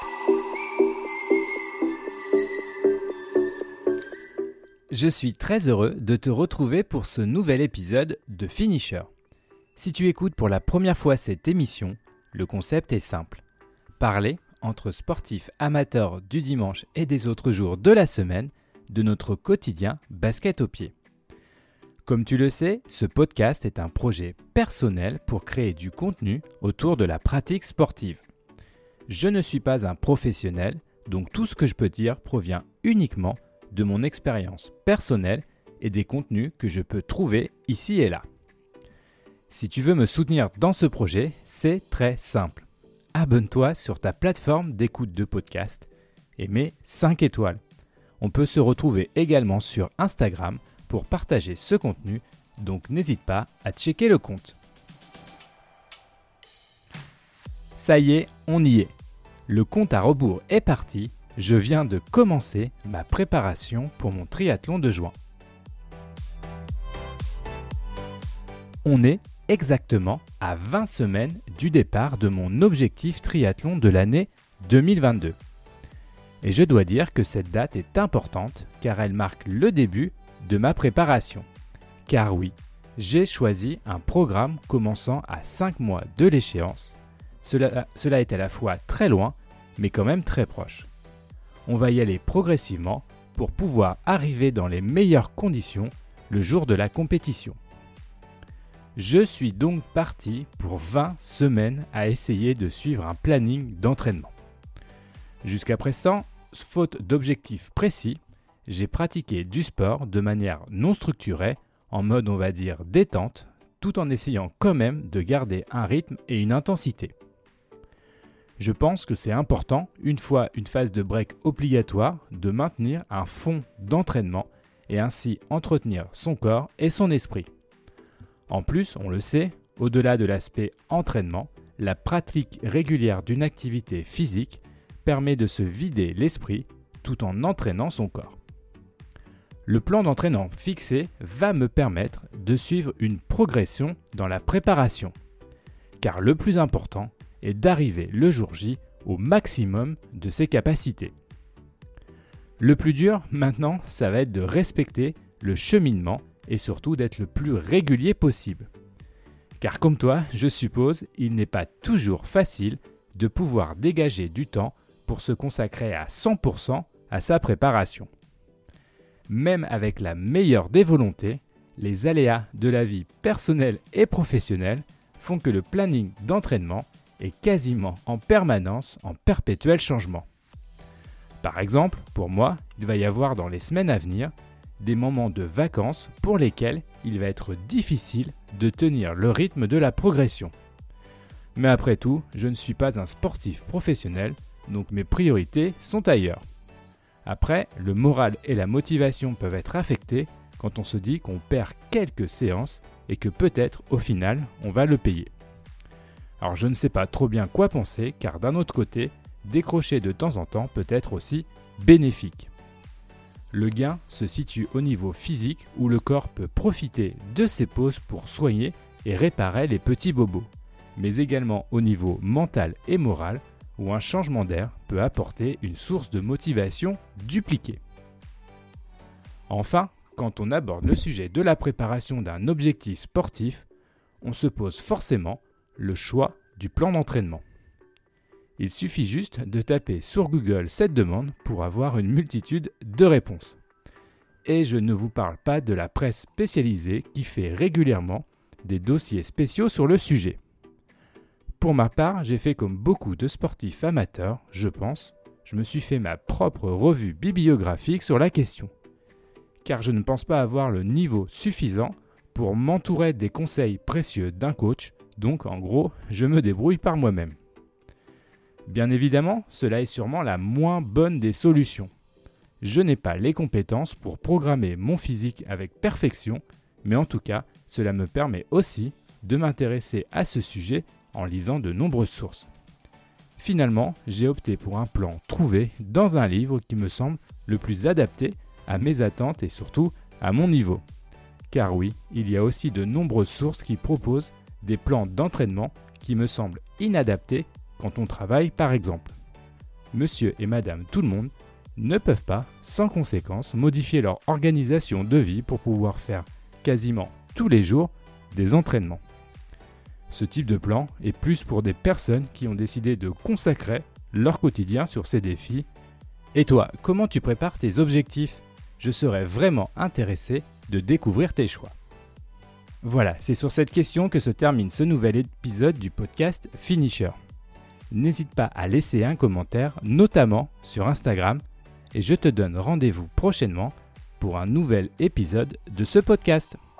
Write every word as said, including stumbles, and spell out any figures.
Je suis très heureux de te retrouver pour ce nouvel épisode de Finisher. Si tu écoutes pour la première fois cette émission, le concept est simple. Parler entre sportifs amateurs du dimanche et des autres jours de la semaine de notre quotidien basket au pied. Comme tu le sais, ce podcast est un projet personnel pour créer du contenu autour de la pratique sportive. Je ne suis pas un professionnel, donc tout ce que je peux dire provient uniquement de mon expérience personnelle et des contenus que je peux trouver ici et là. Si tu veux me soutenir dans ce projet, c'est très simple. Abonne-toi sur ta plateforme d'écoute de podcast et mets cinq étoiles. On peut se retrouver également sur Instagram pour partager ce contenu, donc n'hésite pas à checker le compte. Ça y est, on y est. Le compte à rebours est parti. Je viens de commencer ma préparation pour mon triathlon de juin. On est exactement à vingt semaines du départ de mon objectif triathlon de l'année deux mille vingt-deux. Et je dois dire que cette date est importante car elle marque le début de ma préparation. Car oui, j'ai choisi un programme commençant à cinq mois de l'échéance. Cela, cela est à la fois très loin, mais quand même très proche. On va y aller progressivement pour pouvoir arriver dans les meilleures conditions le jour de la compétition. Je suis donc parti pour vingt semaines à essayer de suivre un planning d'entraînement. Jusqu'à présent, faute d'objectifs précis, j'ai pratiqué du sport de manière non structurée, en mode on va dire détente, tout en essayant quand même de garder un rythme et une intensité. Je pense que c'est important, une fois une phase de break obligatoire, de maintenir un fond d'entraînement et ainsi entretenir son corps et son esprit. En plus, on le sait, au-delà de l'aspect entraînement, la pratique régulière d'une activité physique permet de se vider l'esprit tout en entraînant son corps. Le plan d'entraînement fixé va me permettre de suivre une progression dans la préparation, car le plus important est d'arriver le jour J au maximum de ses capacités. Le plus dur maintenant, ça va être de respecter le cheminement et surtout d'être le plus régulier possible. Car comme toi, je suppose, il n'est pas toujours facile de pouvoir dégager du temps pour se consacrer à cent pour cent à sa préparation. Même avec la meilleure des volontés, les aléas de la vie personnelle et professionnelle font que le planning d'entraînement est quasiment en permanence en perpétuel changement. Par exemple, pour moi, il va y avoir dans les semaines à venir des moments de vacances pour lesquels il va être difficile de tenir le rythme de la progression. Mais après tout, je ne suis pas un sportif professionnel, donc mes priorités sont ailleurs. Après, le moral et la motivation peuvent être affectés quand on se dit qu'on perd quelques séances et que peut-être au final, on va le payer. Alors je ne sais pas trop bien quoi penser car d'un autre côté, décrocher de temps en temps peut être aussi bénéfique. Le gain se situe au niveau physique où le corps peut profiter de ses pauses pour soigner et réparer les petits bobos, mais également au niveau mental et moral où un changement d'air peut apporter une source de motivation dupliquée. Enfin, quand on aborde le sujet de la préparation d'un objectif sportif, on se pose forcément le choix du plan d'entraînement. Il suffit juste de taper sur Google cette demande pour avoir une multitude de réponses. Et je ne vous parle pas de la presse spécialisée qui fait régulièrement des dossiers spéciaux sur le sujet. Pour ma part, j'ai fait comme beaucoup de sportifs amateurs, je pense, je me suis fait ma propre revue bibliographique sur la question. Car je ne pense pas avoir le niveau suffisant pour m'entourer des conseils précieux d'un coach, donc en gros, je me débrouille par moi-même. Bien évidemment, cela est sûrement la moins bonne des solutions. Je n'ai pas les compétences pour programmer mon physique avec perfection, mais en tout cas, cela me permet aussi de m'intéresser à ce sujet en lisant de nombreuses sources. Finalement, j'ai opté pour un plan trouvé dans un livre qui me semble le plus adapté à mes attentes et surtout à mon niveau. Car oui, il y a aussi de nombreuses sources qui proposent des plans d'entraînement qui me semblent inadaptés quand on travaille par exemple. monsieur et madame tout le monde ne peuvent pas, sans conséquence, modifier leur organisation de vie pour pouvoir faire quasiment tous les jours des entraînements. Ce type de plan est plus pour des personnes qui ont décidé de consacrer leur quotidien sur ces défis. Et toi, comment tu prépares tes objectifs ? Je serais vraiment intéressé de découvrir tes choix. Voilà, c'est sur cette question que se termine ce nouvel épisode du podcast Finisher. N'hésite pas à laisser un commentaire, notamment sur Instagram, et je te donne rendez-vous prochainement pour un nouvel épisode de ce podcast.